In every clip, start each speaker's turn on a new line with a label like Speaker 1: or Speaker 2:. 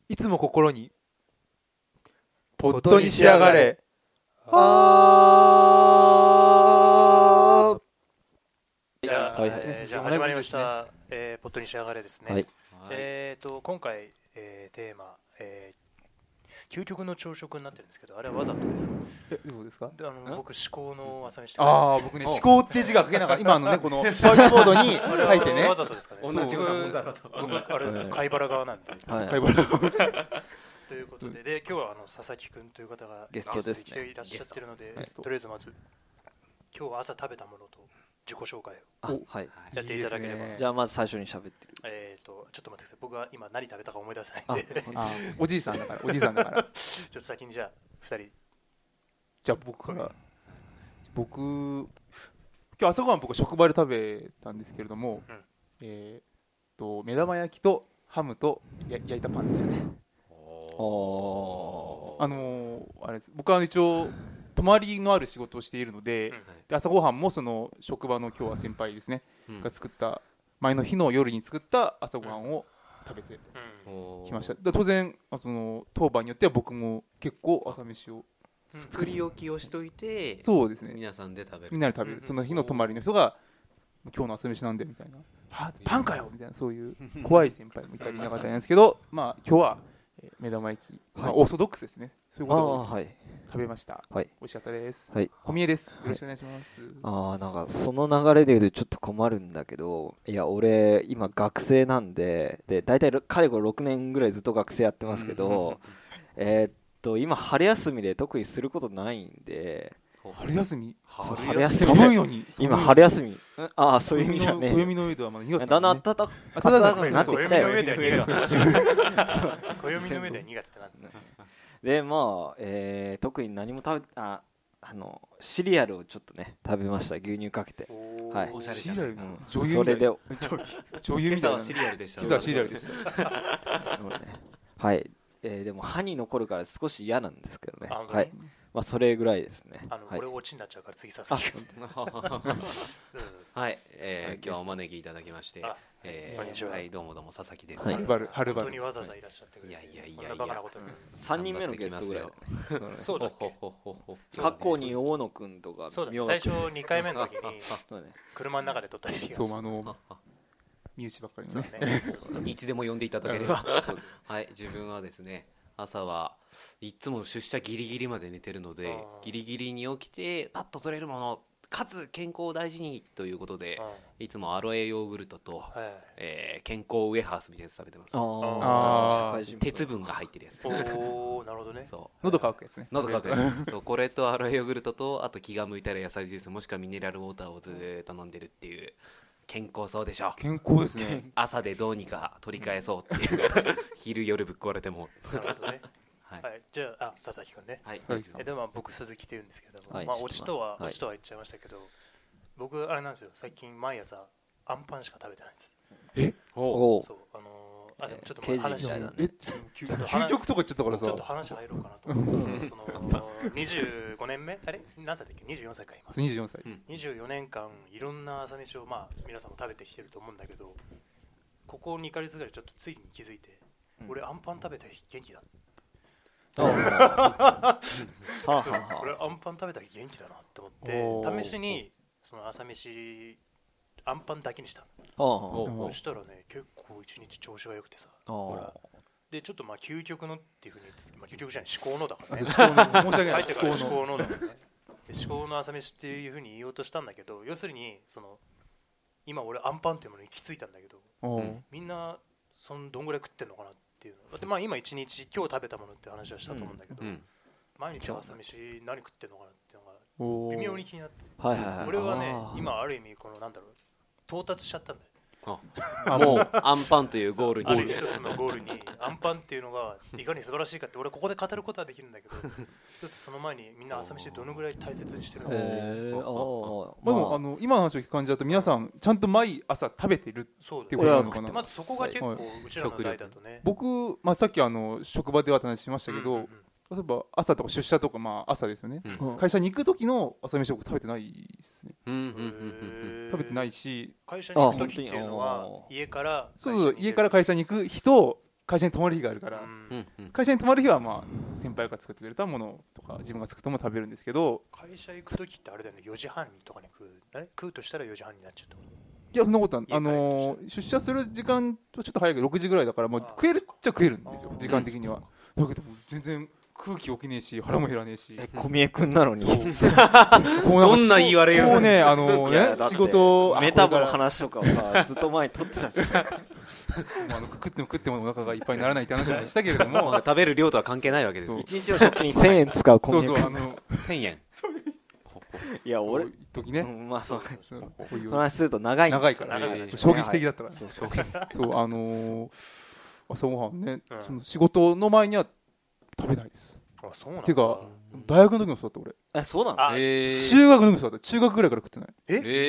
Speaker 1: いつも心にポットに仕上がれ。
Speaker 2: じゃあ始まりました、ポットに仕上がれですね。今回、テーマ、究極の朝食になってるんですけど、あれはわざとですか？
Speaker 1: どうですか？
Speaker 2: 僕、思考の朝飯。
Speaker 1: 僕ね、思考って字が書けなかった。今ね、このホワイトボードに書いてね。
Speaker 2: わざとですかね。
Speaker 3: 同じようなもんだろうと。
Speaker 2: 僕、あれですか、貝原側なんで。
Speaker 1: 貝原側。
Speaker 2: ということで、今日は佐々木くんという方が
Speaker 3: ゲストですね。
Speaker 2: 来ていらっしゃってるので、とりあえずまず、今日は朝食べたものと自己紹介をやっていただければ。
Speaker 3: じゃあまず最初に喋ってる。
Speaker 2: ちょっと待ってください。僕は今何食べたか思い出せないんで。
Speaker 1: おじいさんだから。ちょっ
Speaker 2: と先にじゃあ2人。
Speaker 1: じゃあ僕から。今日朝ごはん僕職場で食べたんですけれども、目玉焼きとハムと焼いたパンでしたね。あれです。僕は一応泊まりのある仕事をしているので、朝ごはんもその職場の今日は先輩ですね、が作った前の日の夜に作った朝ごはんを食べてきました。当然その当番によっては僕も結構朝飯を
Speaker 4: 作り置きをしといて、
Speaker 1: そうですね、
Speaker 4: 皆さんで食べる、
Speaker 1: みんなで食べる。その日の泊まりの人が今日の朝飯なんでみたいな、パンかよみたいな、そういう怖い先輩もいたりいなかったんですけど、まあ今日は目玉焼き、オーソドックスですね。そういうことを食べました。美味しかったです。小宮です。よろしくお願いします。
Speaker 3: なんかその流れで言うとちょっと困るんだけど、いや俺今学生なんで、だいたいかれこれ6年ぐらいずっと学生やってますけど、今春休みで特にすることないんで。
Speaker 1: 春休み
Speaker 3: 寒いのに今春休み、そういう意味じゃね。
Speaker 1: 暦の上ではまだ2月
Speaker 3: だんだん暖かくなってきたよ。
Speaker 2: 暦の上では2月ってなんだ。
Speaker 3: でまあ、特に何もシリアルをちょっとね食べました。牛乳かけて。
Speaker 4: おしゃれじゃない。
Speaker 3: それで
Speaker 1: 女優みたいな。
Speaker 4: 今朝はシリアルでした。
Speaker 1: 今朝はシリアルでした。
Speaker 3: はい。でも歯に残るから少し嫌なんですけどね。はい。まあそれぐらいですね。
Speaker 2: 俺オチになっちゃうから次ささき君。
Speaker 4: はい。今日はお招きいただきまして、どうも佐々木です。
Speaker 1: はるばる
Speaker 2: 本当にわざわざいらっしゃってくれて。いやバカなことに。
Speaker 3: 3人目のゲストぐらい。
Speaker 2: そうだっけ。
Speaker 3: 過去に大野くんとか。
Speaker 2: そうだ。最初2回目の時に車の中で撮ったり。
Speaker 1: そう身内ばっかりね。
Speaker 4: いつでも呼んでいただければ。はい。自分はですね、朝はいつも出社ギリギリまで寝てるので、ギリギリに起きてパッと取れるものかつ健康を大事にということで、いつもアロエヨーグルトと健康ウエハースみたいなやつ食べてます。鉄分が入ってるやつ。
Speaker 2: なるほどね。
Speaker 1: 喉乾くやつね。
Speaker 4: 喉乾くやつ。そうこれとアロエヨーグルトと、あと気が向いたら野菜ジュースもしくはミネラルウォーターをずっと飲んでるっていう。健康そうでしょ。
Speaker 1: 健康ですね。
Speaker 4: 朝でどうにか取り返そうっていう昼夜ぶっ壊れても。
Speaker 2: なるほどね。じゃあ佐々木君ね。でも僕鈴木って言うんですけども、まあオチとは言っちゃいましたけど、僕あれなんですよ。最近毎朝アンパンしか食べてないんです。そうちょっと話みたいなね。
Speaker 1: 究極とか言っちゃったからさ。
Speaker 2: ちょっと話入ろうかなと思って、その25年目あれ何歳だっけ24歳か今。
Speaker 1: 24歳。
Speaker 2: 24年間いろんな朝飯を皆さんも食べてきてると思うんだけど、ここ2ヶ月ぐらいちょっとついに気づいて、俺アンパン食べて元気だ。俺アンパン食べたら元気だなと思って、試しにその朝飯アンパンだけにした。そしたらね、結構一日調子が良くてさ。でちょっと究極のっていうふうに、究極じゃない思考のだからね。
Speaker 1: 申し訳ない。
Speaker 2: 思考のだからね。思考の朝飯っていうふうに言おうとしたんだけど、要するに今俺アンパンっていうものに行き着いたんだけど、みんなどんぐらい食ってんのかなっていうの。だって今一日今日食べたものって話はしたと思うんだけど、毎日朝飯何食ってんのかなっていうのが微妙に気になって。俺はね、今ある意味到達しちゃったんだよ。
Speaker 4: もうアンパンというゴールに、
Speaker 2: ある一つのゴールにアンパンっていうのがいかに素晴らしいかって俺はここで語ることはできるんだけど、ちょっとその前にみんな朝飯どのぐらい大切にしてるのか。
Speaker 1: でも今の話を聞く感じだと皆さんちゃんと毎朝食べてるってことなのかな。
Speaker 2: まずそこが結構うちらの代だとね。
Speaker 1: 僕さっき職場では話しましたけど、例えば朝とか出社とか朝ですよね、会社に行く時の朝飯を食べてないですね。食べてないし、
Speaker 2: 会社に行く時っていうのは家から
Speaker 1: 会社に行く日と会社に泊まる日があるから、会社に泊まる日はまあ先輩が作ってくれたものとか自分が作ったものを食べるんですけど、
Speaker 2: 会社行く時ってあれだよね、4時半とかに食うとしたら4時半になっちゃった。
Speaker 1: いやそんなことは出社する時間とちょっと早いけど6時ぐらいだから、まあ、食えるっちゃ食えるんですよ時間的には。だけど全然空気起きねえし腹も減らねえし、
Speaker 3: 小宮君なのに
Speaker 4: どんな言われよう
Speaker 1: もうね仕事
Speaker 3: メタボの話とかをさずっと前に取ってたじゃん
Speaker 1: 食ってもお腹がいっぱいにならないって話もしたけれども
Speaker 4: 食べる量とは関係ないわけです。
Speaker 3: 1日の食費に1000円使う小宮君。
Speaker 1: そう
Speaker 4: 1000円
Speaker 3: いや俺
Speaker 1: 一時ね、
Speaker 3: まあそう
Speaker 1: こういう
Speaker 3: 話すると長い
Speaker 1: から衝撃的だったから、そう朝ごはんね、その仕事の前には食べないです。てか大学の時もそうだった俺。
Speaker 3: そうなの？
Speaker 1: 中学の時もそうだった。中学ぐらいから食ってない。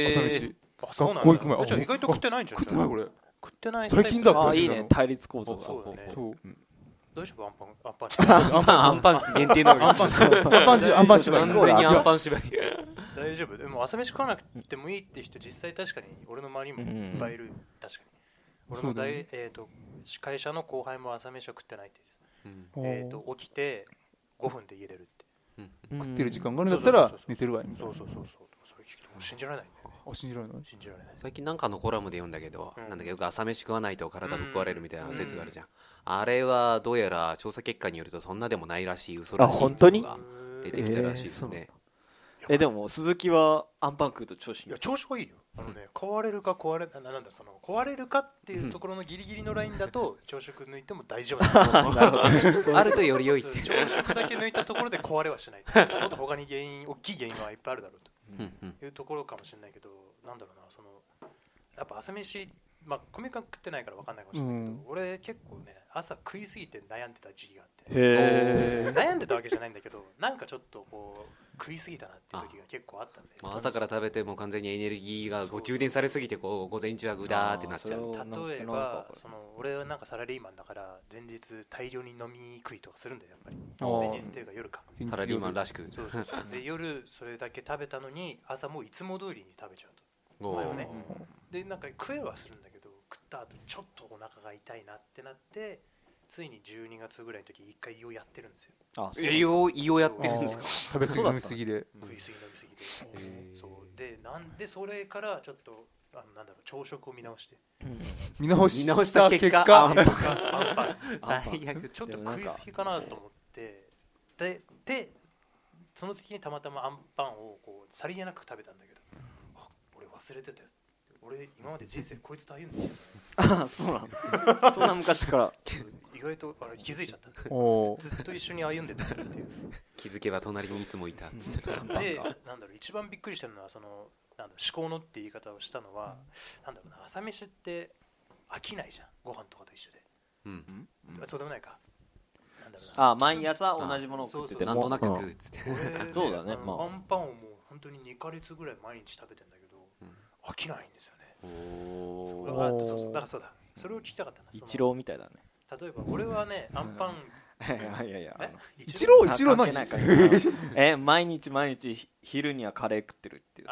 Speaker 1: 朝飯。
Speaker 2: 学校行く前。じゃあ意外と食ってないんじゃん。
Speaker 1: 食ってないこれ。
Speaker 2: 食ってない。
Speaker 1: 最近だから。
Speaker 3: いいね、対立構造が。
Speaker 2: そう大丈夫？
Speaker 4: アンパン限定の
Speaker 1: アンパン縛り。
Speaker 4: 完全にアンパン縛り。
Speaker 2: 大丈夫。でも朝飯食わなくてもいいって人実際確かに俺の周りにもいっぱいいる。確かに。俺の会社の後輩も朝飯は食ってないって言ってた。起きて5分で家出るって。
Speaker 1: 食ってる時間があるんだったら寝てるわよ。
Speaker 2: そう。それ聞くと信じられないね。
Speaker 1: 信じられない。
Speaker 4: 最近なんかのコラムで読んだけど、なんだっけよく朝飯食わないと体ぶっ壊れるみたいな説があるじゃん。あれはどうやら調査結果によるとそんなでもないらしい、嘘らしいのが出てきたらしいですね。
Speaker 3: でも鈴木はアンパン食うと調子いい。
Speaker 2: いや調子はいいよ。壊れるか壊れるかっていうところのギリギリのラインだと朝食抜いても大丈夫。
Speaker 4: あるとより良いって。
Speaker 2: 朝食だけ抜いたところで壊れはしない。もっと他に大きい原因はいっぱいあるだろうというところかもしれないけど、なんだろうな、やっぱ朝飯、まあ米食ってないから分かんないかもしれないけど、俺結構ね朝食いすぎて悩んでた時期があって、悩んでたわけじゃないんだけど、なんかちょっとこう食いすぎたなっていう時が結構あったんで、
Speaker 4: 朝から食べても完全にエネルギーが充電されすぎてこう午前中はグダーってなっちゃう。
Speaker 2: 例えば俺はなんかサラリーマンだから前日大量に飲み食いとかするんだよやっぱり。前日っていうか夜か。
Speaker 4: サラリーマンらしく。
Speaker 2: そうで夜それだけ食べたのに朝もういつも通りに食べちゃうと。前はね。でなんか食えはするんだけど食った後ちょっとお腹が痛いなってなって。ついに12月ぐらいの時一回胃をやってるんですよ。
Speaker 4: 胃をやってるんですか？
Speaker 1: 食べ過ぎ飲み過ぎで。
Speaker 2: 食い過ぎ飲み過ぎで。そうでなんでそれからちょっとなんだろう朝食を見直して。
Speaker 1: 見直した結果
Speaker 2: アンパンちょっと食い過ぎかなと思ってでその時にたまたまアンパンをこうさりげなく食べたんだけど、俺忘れてたよ。俺今まで人生こいつと歩んで
Speaker 3: た。そうなの。そんな昔から
Speaker 2: 意外と気づいちゃった。ずっと一緒に歩んでたっていう。
Speaker 4: 気づけば隣にいつもいた。で、
Speaker 2: なんだろう一番びっくりしたのはなんだ思考のって言い方をしたのは、なんだろうな、朝飯って飽きないじゃん、ご飯とかと一緒で。そうでもないか。
Speaker 3: 毎朝同じものを食ってても
Speaker 4: なんとなく食うっつって。
Speaker 3: そうだね。
Speaker 2: アンパンをもう本当に2ヶ月ぐらい毎日食べてんだけど飽きないんですよね。だからそうだ。それを聞きたかったな。
Speaker 3: 一郎みたいだね。
Speaker 2: 例えば俺はねアンパン
Speaker 3: いや
Speaker 1: 一郎何？
Speaker 3: 毎日昼にはカレー食ってるっていう。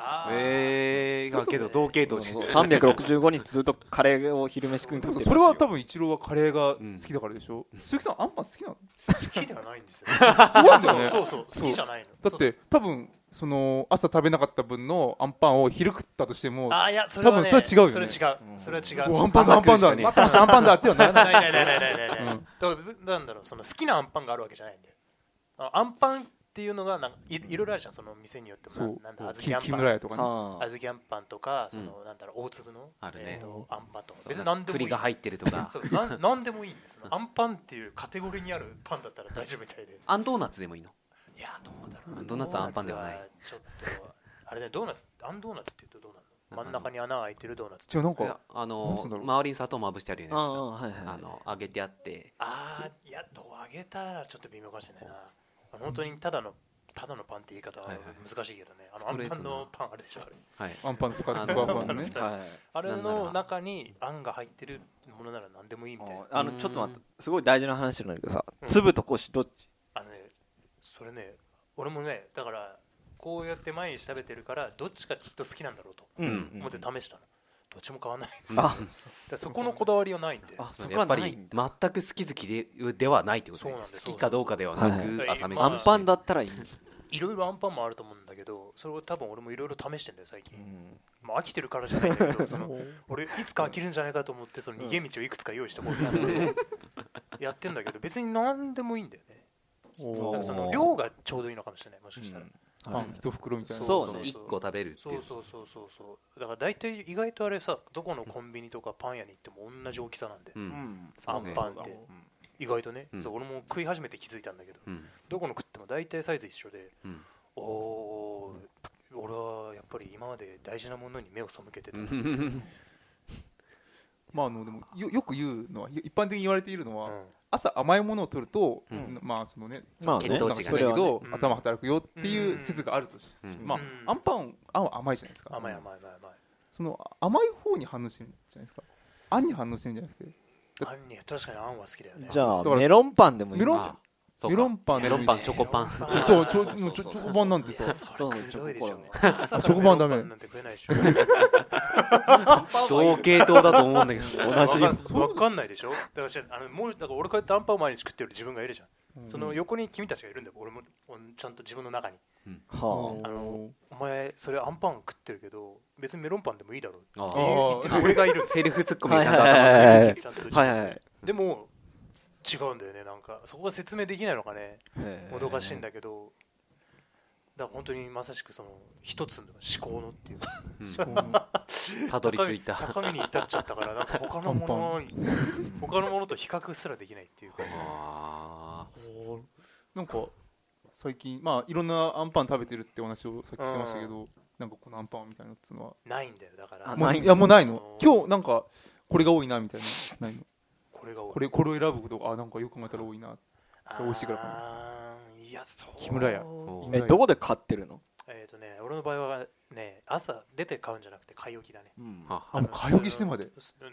Speaker 4: けど同系統
Speaker 3: 365日ずっとカレーを昼飯食ってる。
Speaker 1: それは多分一郎はカレーが好きだからでしょ。鈴木さんアンパン好きなの？
Speaker 2: 好きではないんですよ。そう好きじゃないの。
Speaker 1: だって多分朝食べなかった分のアンパンを昼食ったとしても、
Speaker 2: いやそれはね、
Speaker 1: 多分それは違うよね。
Speaker 2: それは違う。
Speaker 1: アンパンだ。またアンパンだってはならない。
Speaker 2: なんだろう好きなアンパンがあるわけじゃないんで。アンパンっていうのがいろいろあるじゃん、その店によっても。なんだ
Speaker 1: 木村屋とかね。
Speaker 2: 小豆あんパンとかなんだろう大粒の
Speaker 4: あるね。
Speaker 2: アンパンとか。別に何でもいい。
Speaker 4: 栗が入ってるとか。
Speaker 2: 何でもいいんです。アンパンっていうカテゴリーにあるパンだったら大丈夫みたいで。
Speaker 4: アンドーナツでもいいの？
Speaker 2: いやどうだろう。
Speaker 4: ドーナツはアンパンではない。
Speaker 2: ちょっとあれね、ドーナツって言うとどうなの？真ん中に穴が開いてるドーナツ。
Speaker 1: 違う、なんか
Speaker 4: 周りに砂糖まぶしてあるよね。揚げてあって。
Speaker 2: いや揚げたらちょっと微妙かもしれないな。本当にただのパンって言い方は難しいけどね。アンパンのパンあるでしょあれ。
Speaker 1: アンパン使ってふわふわのね。
Speaker 2: あれの中にあんが入ってるものなら何でもいいみたいな。
Speaker 3: ちょっと待って、すごい大事な話なんだけどさ、粒とこしどっち？
Speaker 2: それね、俺もね、だからこうやって毎日食べてるからどっちかきっと好きなんだろうと思って試したの。どっちも買わない
Speaker 4: あ
Speaker 2: だからそこのこだわりはないんで
Speaker 3: そこ
Speaker 4: やっぱり
Speaker 3: はないんだ。
Speaker 4: 全く好き好きではないってことね。
Speaker 2: そうなんです
Speaker 4: 好きかどうかではな
Speaker 3: はい
Speaker 4: く朝飯
Speaker 3: アンパンだったらいい。
Speaker 2: いろいろアンパンもあると思うんだけど、それを多分俺もいろいろ試してんだよ最近、
Speaker 3: うん
Speaker 2: まあ、飽きてるからじゃないんだけど俺いつか飽きるんじゃないかと思ってその逃げ道をいくつか用意してこうやってやってんだけど別に何でもいいんだよね。
Speaker 1: お
Speaker 2: なんかその量がちょうどいいのかもしれない、もしかしたら、
Speaker 1: パン一袋みたいな。
Speaker 3: そうね
Speaker 4: 1個食べるっていう。
Speaker 2: そうだから大体意外とあれさ、どこのコンビニとかパン屋に行っても同じ大きさなんで、アンパンって意外とね、そう俺も食い始めて気づいたんだけど、どこの食っても大体サイズ一緒で、おお俺はやっぱり今まで大事なものに目を背けてた。
Speaker 1: まあでもよく言うのは、一般的に言われているのは、
Speaker 2: うん
Speaker 1: 朝甘いものを取ると、まあそのね、血糖値が低いけど、頭働くよっていう説があるとし、まあアンパンは甘いじゃないですか。
Speaker 2: 甘い
Speaker 1: その甘い方に反応してるんじゃないですか。あんに反応してるんじゃなくて。
Speaker 2: あんに確かにあんは好きだよね。
Speaker 3: じゃあメロンパンでもいい。
Speaker 1: メロンパン、
Speaker 4: チョコパン。
Speaker 1: そう、チョコパンなんてさ、
Speaker 2: チ
Speaker 1: ョコパンダメ。
Speaker 2: なんて食えないでしょ。
Speaker 4: 同系統だと思うんだけど。
Speaker 2: わかんないでしょ。だから俺こうやってアンパンを毎日食ってる自分がいるじゃん。その横に君たちがいるんだよ。俺もちゃんと自分の中に。お前それアンパン食ってるけど別にメロンパンでもいいだろうって言って俺がいる。
Speaker 4: セルフツッコミがちゃんと頭に。
Speaker 2: でも違うんだよね。なんかそこが説明できないのかね。もどかしいんだけど、だから本当にまさしくその一つの思考のっていうか、
Speaker 4: たどり着いた
Speaker 2: 高みに至っちゃったから、なんか他のものと比較すらできないっていうか。
Speaker 1: なんか最近まあいろんなアンパン食べてるってお話をさっきしてましたけど、なんかこのアンパンみたいなっていうのは
Speaker 2: ないんだよ。だから
Speaker 1: いやもうないの。今日なんかこれが多いなみたいなないの。これを選ぶことがなんかよく考えたら多いな。それ美味しいからかな。
Speaker 2: いやそう。
Speaker 1: 木村屋。
Speaker 3: どこで買ってるの？
Speaker 2: 俺の場合はね、朝出て買うんじゃなくて買い置きだね。
Speaker 1: もう買い置きしてまで。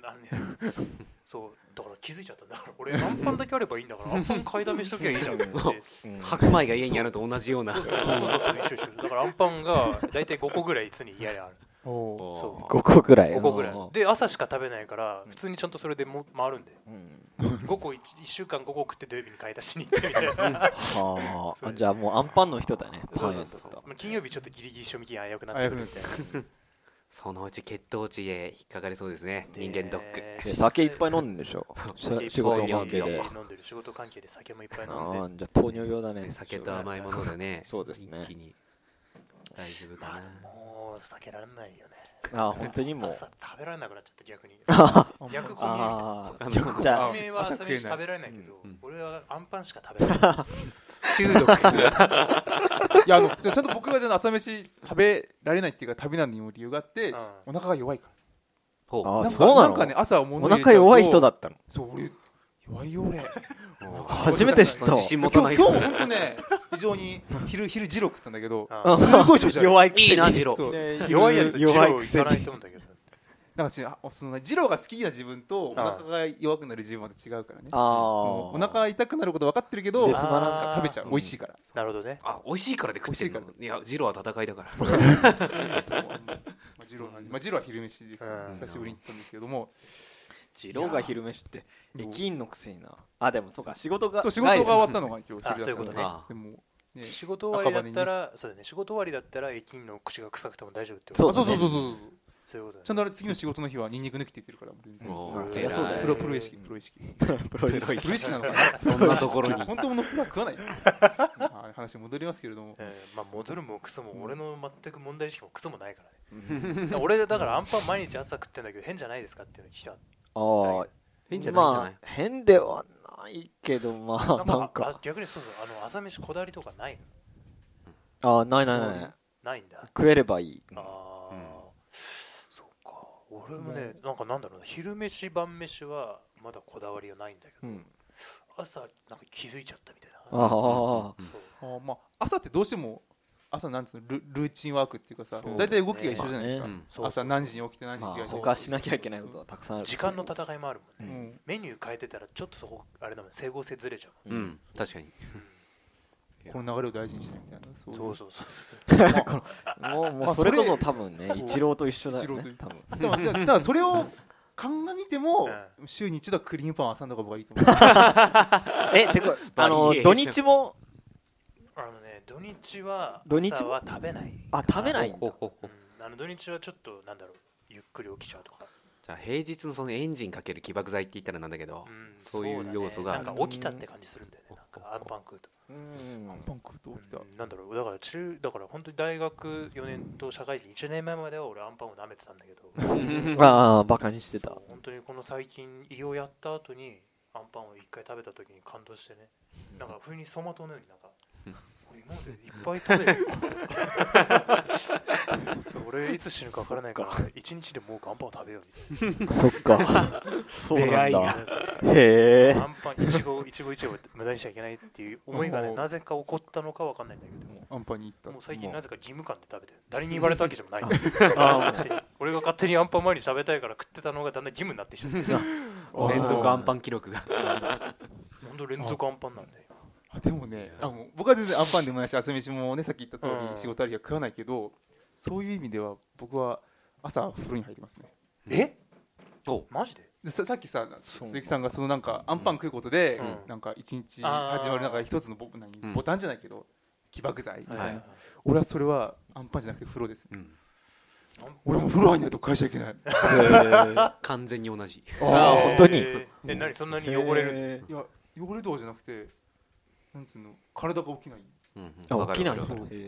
Speaker 2: そうだから気づいちゃったんだから、俺アンパンだけあればいいんだからアンパン買いだめしときゃいいじゃんって。
Speaker 4: 白米が家にあると同じような。
Speaker 2: そう一緒だからアンパンが大体5個ぐらいいつに家にある。
Speaker 3: 5個ぐらい。
Speaker 2: 5個ぐらいで朝しか食べないから普通にちゃんとそれでも回るんで、5個1週間5個食って土曜日に買い出しに行ってみたいな。
Speaker 3: じゃあもうアンパンの人だね。
Speaker 2: 金曜日ちょっとギリギリ賞味期限早くなってくるみたいな。
Speaker 4: そのうち血糖値へ引っかかりそうですね。人間ドック。
Speaker 3: 酒いっぱい飲んでるでしょ。仕事関係で。
Speaker 2: 仕事関係で酒もいっぱい飲んで。
Speaker 3: じゃあ糖尿病だね。
Speaker 4: 酒と甘いものでね。
Speaker 3: そうですね。
Speaker 4: 一気に大丈夫かな。
Speaker 2: もう避けられないよね。
Speaker 3: 本当にもう
Speaker 2: 朝食べられなくなっちゃった。逆に逆コミュ
Speaker 3: じゃあ
Speaker 2: は朝飯食べられないけど、俺はアンパンしか食べられない。
Speaker 1: 中毒。いやちゃんと僕がじゃあ朝飯食べられないっていうか食べないにも理由があって、お腹が弱いから。
Speaker 3: そうなの？
Speaker 1: なんかね朝
Speaker 3: お腹弱い人だったの？
Speaker 1: そう俺弱いよ俺。
Speaker 3: 初めて知った。
Speaker 1: 今日本当ね非常に昼ジロー食ったんだけど、すごい調子悪い。
Speaker 3: 弱いくせに。
Speaker 4: いいなジロー。
Speaker 2: 弱いやつ
Speaker 3: 弱いくせに。
Speaker 1: なんかそのジローが好きな自分とお腹が弱くなる自分まで違うからね。お腹痛くなること分かってるけど食べちゃう。美味しいから。
Speaker 2: なるほどね。
Speaker 4: 美味しいからで食ってるの。いやジローは戦いだから。
Speaker 1: ジローは昼飯です。久しぶりに行ったんですけども。
Speaker 3: ジローが昼飯って駅員のくせにな。でもそうか仕事が
Speaker 1: 終わったのが今日昼だった。
Speaker 2: そういうことね。
Speaker 1: でも
Speaker 2: 仕事終わりだったらそうだね。仕事終わりだったら駅員の口が臭くても大丈夫ってこと。
Speaker 1: そう
Speaker 2: そういうことだね。
Speaker 1: ちゃんとあれ次の仕事の日はニンニク抜きって言ってるから全然。
Speaker 3: そうだよ。
Speaker 1: プロ意識なのかな。
Speaker 4: そんなところに。
Speaker 1: 本当のプロは食わない。話戻りますけれども。
Speaker 2: 戻るもクソも俺の全く問題意識もクソもないからね。俺だからアンパン毎日朝食ってんだけど変じゃないですかっていうの聞いた。
Speaker 4: 変じゃないんじゃない？
Speaker 3: 変ではないけどなんか
Speaker 2: 逆にそう朝飯こだわりとかない
Speaker 3: の？ない
Speaker 2: ないんだ。
Speaker 3: 食えればいい。
Speaker 2: そうか。俺もねなんだろうな、昼飯晩飯はまだこだわりはないんだけど、朝なんか気づいちゃったみたいな。
Speaker 1: まあ朝ってどうしても朝なんつうのルーチンワークっていうかさ、大体動きが一緒じゃないですか。朝何時に起きて何時に着替えて。
Speaker 3: 他しなきゃいけないことはたくさんある。
Speaker 2: 時間の戦いもあるもんね。メニュー変えてたらちょっとそこあれだもん、整合性ずれちゃう。
Speaker 4: 確かに。
Speaker 1: この流れを大事にしたいみたいな、
Speaker 2: そうそうそう
Speaker 3: もうそれこそ多分ね、イチローと一緒だよね、多分。
Speaker 1: だからそれを鑑みても、週に一度はクリームパンを挟んだ方がいいと思う。
Speaker 3: てか土日も
Speaker 2: 土日は
Speaker 3: 土日
Speaker 2: 朝は食べない。
Speaker 3: 食べないんだ。
Speaker 2: 土日はちょっとなんだろう、ゆっくり起きちゃうとか。
Speaker 4: じゃあ平日のそのエンジンかける起爆剤って言ったらなんだけど、そういう要素が
Speaker 2: なんか起きたって感じするんだよね。なんかアンパン食うと。
Speaker 1: アンパン食うと起きた。
Speaker 2: なんだろう、だから本当に大学4年と社会人1年前までは俺アンパンを舐めてたんだけど。
Speaker 3: バカにしてた。
Speaker 2: 本当にこの最近医療やった後にアンパンを一回食べた時に感動してね。なんか不意に走馬灯のようになんか。今までいっぱい食べる俺いつ死ぬか分からないから一日でもうアンパンを食べようみたいな。
Speaker 3: そっかそうなんだ。
Speaker 2: へえ。アンパン一期一会を無駄にしちゃいけないっていう思いがね、なぜか起こったのか分かんないんだけど、
Speaker 1: アンパンに行った。
Speaker 2: もう最近なぜか義務感で食べてる。誰に言われたわけじゃない俺が勝手にアンパン毎日食べたいから食ってたのがだんだん義務になってきちゃって
Speaker 4: 連続アンパン記録が
Speaker 2: 本当連続アンパンなんだよ。
Speaker 1: でもね、僕は全然アンパンでもないし朝飯もね、さっき言った通り仕事ある日は食わないけど、そういう意味では僕は朝風呂に入りますね。
Speaker 2: マジで
Speaker 1: さっきさ鈴木さんがそのなんかアンパン食うことでなんか一日始まるなんか一つのボタンじゃないけど起爆剤みたいな。俺はそれはアンパンじゃなくて風呂です。俺も風呂入んないと会社行けない。
Speaker 4: 完全に同じ。
Speaker 3: 本当に。
Speaker 2: 何そんなに汚れる？
Speaker 1: いや汚れとかじゃなくて、なんつうの、体が起きない。
Speaker 3: 起きない。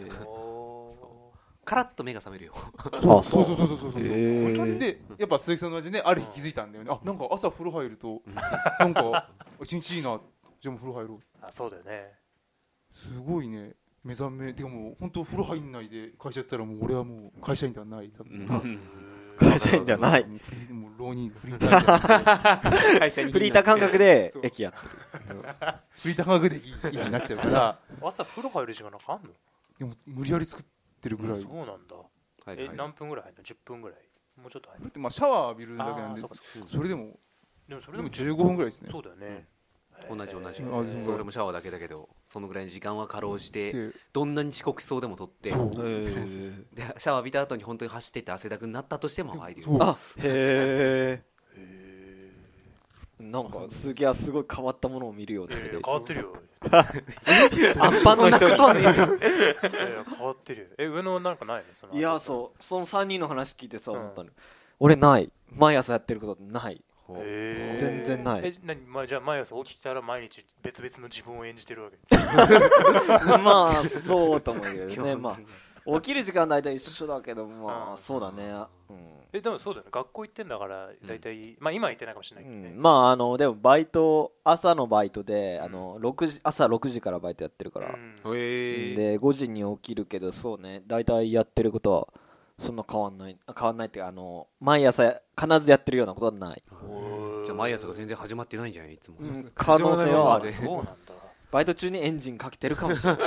Speaker 4: カラッと目が覚めるよ。
Speaker 1: そうでやっぱ鈴木さんの味ね、ある日気づいたんだよね。なんか朝風呂入るとなんか一日いいな、じゃあもう風呂入ろう。
Speaker 2: そうだよね。
Speaker 1: すごいね、目覚めてかもう本当風呂入んないで会社やったらもう俺はもう会社員ではない。
Speaker 3: 会社員ではない。
Speaker 1: もう浪人フリーター
Speaker 3: 会社にフリーター感覚で駅やってる。
Speaker 1: フリーター感覚でいいになっちゃうから。
Speaker 2: 朝風呂入る時間なんかあんの？
Speaker 1: でも無理やり作ってるぐらい。
Speaker 2: そうなんだ。何分ぐらい入るの？10分ぐらい？もうちょっと入る？
Speaker 1: まあシャワー浴びるだけなんで、それでも15分ぐらいですね。
Speaker 2: そうだよね。
Speaker 4: 同じ俺もシャワーだけだけど、そのぐらいの時間は過労してどんなに遅刻しそうでも取ってでシャワー浴びた後に本当に走ってって汗だくになったとしても入るよ。
Speaker 3: へえ。なんか鈴木はすごい変わったものを見るようで。
Speaker 2: 変わってるよ。
Speaker 3: アンパンの人とはね。
Speaker 2: 変わってるよ。上野なんかないの？
Speaker 3: いや、その3人の話聞いてさ思ったの。俺ない。毎朝やってることない。全然ない。
Speaker 2: じゃあ毎朝起きたら毎日別々の自分を演じてるわけ？
Speaker 3: まあそうと思うけどね。まあ起きる時間大体一緒だけど、まあそうだね。
Speaker 2: でもそうだよね。学校行ってんだから大体、まあ今は行ってないかもしれないけどね。
Speaker 3: まあでもバイト、朝のバイトで朝6時からバイトやってるから、で5時に起きるけど、そうね、大体やってることはそんな変わんないっていうか、毎朝必ずやってるようなことはない。
Speaker 4: じゃあ毎朝が全然始まってないんじゃない？いつも。
Speaker 3: 可能性はある。
Speaker 2: そうなんだ。
Speaker 3: バイト中にエンジンかけてるかもしれない。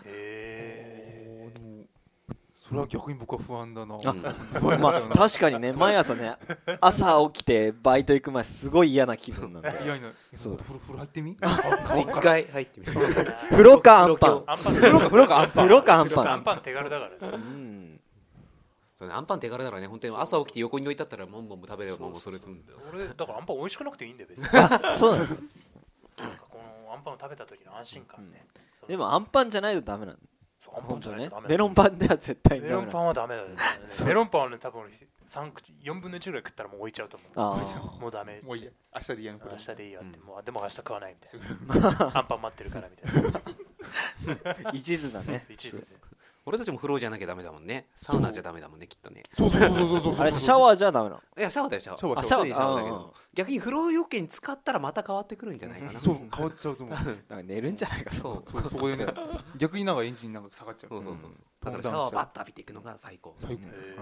Speaker 1: それは逆に僕は不安だな。
Speaker 3: まあ確かにね、毎朝ね、朝起きてバイト行く前すごい嫌な気分なんだよ。
Speaker 1: 嫌な。そう。風呂入ってみ？
Speaker 4: 一回入ってみる。
Speaker 3: 風呂かアンパン。風呂かアンパン。
Speaker 2: アンパン手軽だからね。
Speaker 4: アンパン手軽だからね、本当に朝起きて横に置いてあったらもんもん食べればもんもんそれするんだよ。
Speaker 2: 俺だからアンパン美味しくなくていいんだよ別に。
Speaker 3: そうなの。
Speaker 2: なんかこのアンパンを食べた時の安心感ね。
Speaker 3: でもアンパンじゃないとダメなの。
Speaker 2: 本当ね。
Speaker 3: メロンパンでは絶対
Speaker 2: メロンパンはダメだよね。メロンパンはね多分4分の1ぐらい食ったらもう置いちゃうと思う。もうダメ。
Speaker 1: もういいや。明日でいいや。
Speaker 2: 明日でいいよって。もうでも明日食わないみたいな。アンパン待ってるからみたいな。
Speaker 3: 一途だね。
Speaker 2: 一途で。
Speaker 4: 俺たちも風呂じゃなきゃダメだもんね。サウナじゃダメだもんね、きっとね。
Speaker 1: そう。
Speaker 3: あれシャワーじゃダメなの？
Speaker 4: いやシャワーだよシャワー。
Speaker 3: シャワー
Speaker 4: だけど。逆に風呂余計に使ったらまた変わってくるんじゃないかな。
Speaker 1: そう変わっちゃうと思う。
Speaker 3: なんか寝るんじゃないか。
Speaker 4: そ
Speaker 1: こでね。逆になんかエンジンなんか下がっちゃう。
Speaker 4: そう。だからシャワーバッと浴びていくのが最高。
Speaker 1: 最高。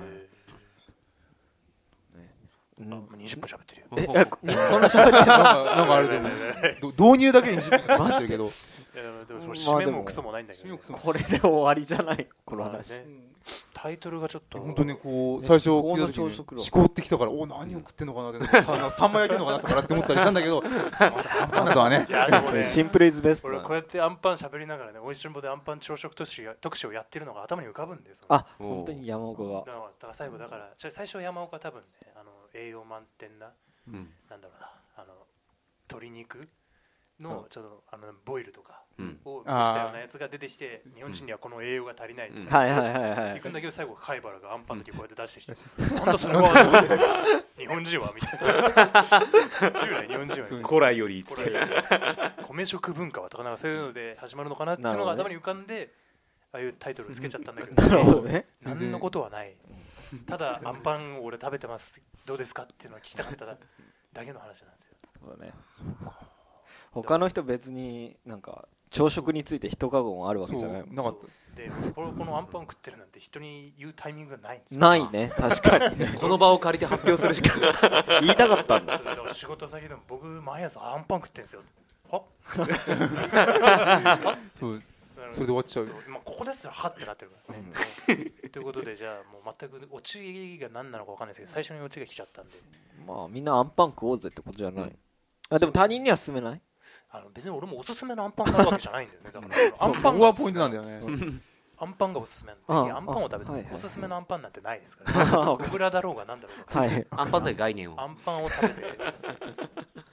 Speaker 2: 20分喋ってるよ。
Speaker 3: そんな喋ってる？なん
Speaker 1: かあれで導入だけに20分話してるけど。
Speaker 2: でも締めもクソもないんだけど。
Speaker 3: これで終わりじゃないこの話。
Speaker 2: タイトルがちょっと
Speaker 1: 本当にこう最初聞いた時に
Speaker 3: 朝食
Speaker 1: 思考ってきたからお何を食ってんのかなってサンマ焼いてんのかな朝からって思ったりしたんだけどアンパンなどはね
Speaker 2: いやでもね
Speaker 3: シンプルイズベスト
Speaker 2: 俺こうやってアンパン喋りながらねおいしんぼでアンパン朝食特集をやってるのが頭に浮かぶんですよ。
Speaker 3: あ本当に山岡が
Speaker 2: だから最後だから最初山岡多分ね栄養満点な、なんだろうな鶏肉のちょっとボイルとかをしたようなやつが出てきて、日本人にはこの栄養が足りないみたいな、行くんだけど最後貝原がアンパンの時こうやって出してきて、なんだそれは日本人はみたいな日本人は
Speaker 4: 古来より
Speaker 2: 米食文化はとかなんかそういうので始まるのかなっていうのが頭に浮かんでああいうタイトルつけちゃったんだけど、
Speaker 3: なるほどね
Speaker 2: 何のことはない。ただアンパンを俺食べてますどうですかっていうのを聞きたかっただけの話なんですよ。
Speaker 3: そうだね他の人別になんか朝食について一かもあるわけじゃないもん
Speaker 1: なかった
Speaker 2: でこのアンパンを食ってるなんて人に言うタイミングがないんですよ。
Speaker 3: ないね確かに
Speaker 4: この場を借りて発表するしか
Speaker 3: 言いたかったんだ
Speaker 2: だから仕事先でも僕毎朝アンパン食ってんですよ。は
Speaker 1: そうですそれで終わっちゃう。
Speaker 2: ここですらはってなってるからね、ということでじゃあもう全くオチが何なのか分かんないですけど最初にオチが来ちゃったんで
Speaker 3: まあみんなアンパン食おうぜってことじゃない、あでも他人には勧めない
Speaker 2: 別に俺もおすすめのアンパンがあるわけじゃないんだよね。だからアンパン
Speaker 1: がポイントなんだよね。
Speaker 2: アンパンがおすすめなんで、アンパンを食べてます。おすすめのアンパンなんてないですから、ね。僕らだろうがなんだろうが。
Speaker 4: アンパンという概念を。
Speaker 2: アンパンを食べてください。